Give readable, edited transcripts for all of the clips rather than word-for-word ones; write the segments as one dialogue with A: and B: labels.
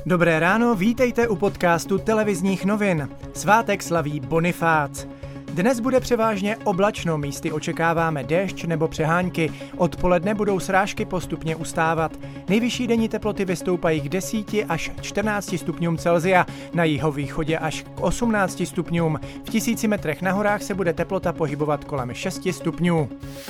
A: Dobré ráno, vítejte u podcastu televizních novin. Svátek slaví Bonifác. Dnes bude převážně oblačno, místy očekáváme déšť nebo přehánky. Odpoledne budou srážky postupně ustávat. Nejvyšší denní teploty vystoupají k 10 až 14 stupňům Celsia, na jihovýchodě až k 18 stupňům. V 1000 metrech na horách se bude teplota pohybovat kolem 6 stupňů.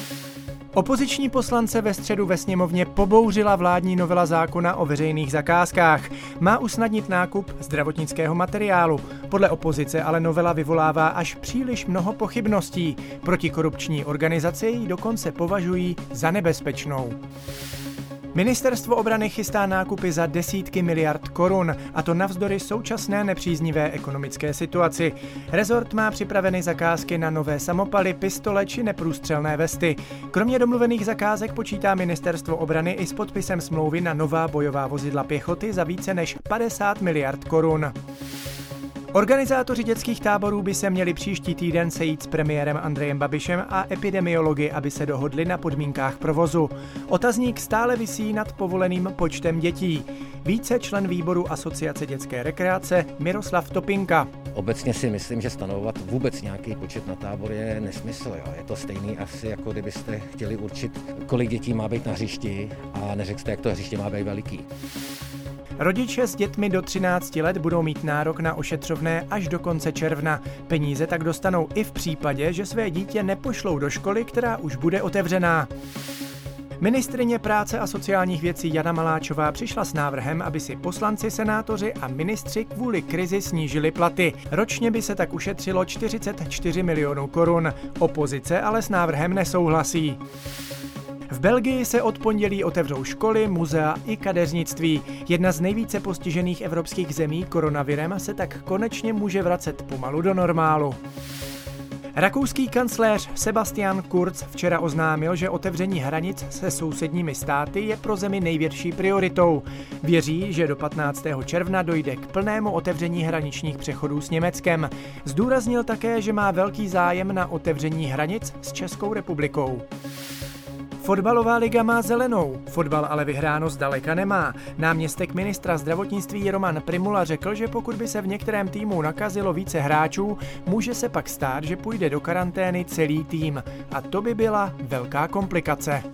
A: Opoziční poslance ve středu ve sněmovně pobouřila vládní novela zákona o veřejných zakázkách. Má usnadnit nákup zdravotnického materiálu. Podle opozice ale novela vyvolává až příliš mnoho pochybností. Protikorupční organizace ji dokonce považují za nebezpečnou. Ministerstvo obrany chystá nákupy za desítky miliard korun, a to navzdory současné nepříznivé ekonomické situaci. Rezort má připraveny zakázky na nové samopaly, pistole či neprůstřelné vesty. Kromě domluvených zakázek počítá Ministerstvo obrany i s podpisem smlouvy na nová bojová vozidla pěchoty za více než 50 miliard korun. Organizátoři dětských táborů by se měli příští týden sejít s premiérem Andrejem Babišem a epidemiology, aby se dohodli na podmínkách provozu. Otazník stále visí nad povoleným počtem dětí. Více člen výboru Asociace dětské rekreace Miroslav Topinka.
B: Obecně si myslím, že stanovovat vůbec nějaký počet na tábor je nesmysl. Jo. Je to stejný asi, jako kdybyste chtěli určit, kolik dětí má být na hřišti a neřekl jste, jak to hřiště má být veliký.
A: Rodiče s dětmi do 13 let budou mít nárok na ošetřovné až do konce června. Peníze tak dostanou i v případě, že své dítě nepošlou do školy, která už bude otevřená. Ministryně práce a sociálních věcí Jana Maláčová přišla s návrhem, aby si poslanci, senátoři a ministři kvůli krizi snížili platy. Ročně by se tak ušetřilo 44 milionů korun. Opozice ale s návrhem nesouhlasí. V Belgii se od pondělí otevřou školy, muzea i kadeřnictví. Jedna z nejvíce postižených evropských zemí koronavirem se tak konečně může vracet pomalu do normálu. Rakouský kancléř Sebastian Kurz včera oznámil, že otevření hranic se sousedními státy je pro zemi největší prioritou. Věří, že do 15. června dojde k plnému otevření hraničních přechodů s Německem. Zdůraznil také, že má velký zájem na otevření hranic s Českou republikou. Fotbalová liga má zelenou, fotbal ale vyhráno zdaleka nemá. Náměstek ministra zdravotnictví Roman Prymula řekl, že pokud by se v některém týmu nakazilo více hráčů, může se pak stát, že půjde do karantény celý tým. A to by byla velká komplikace.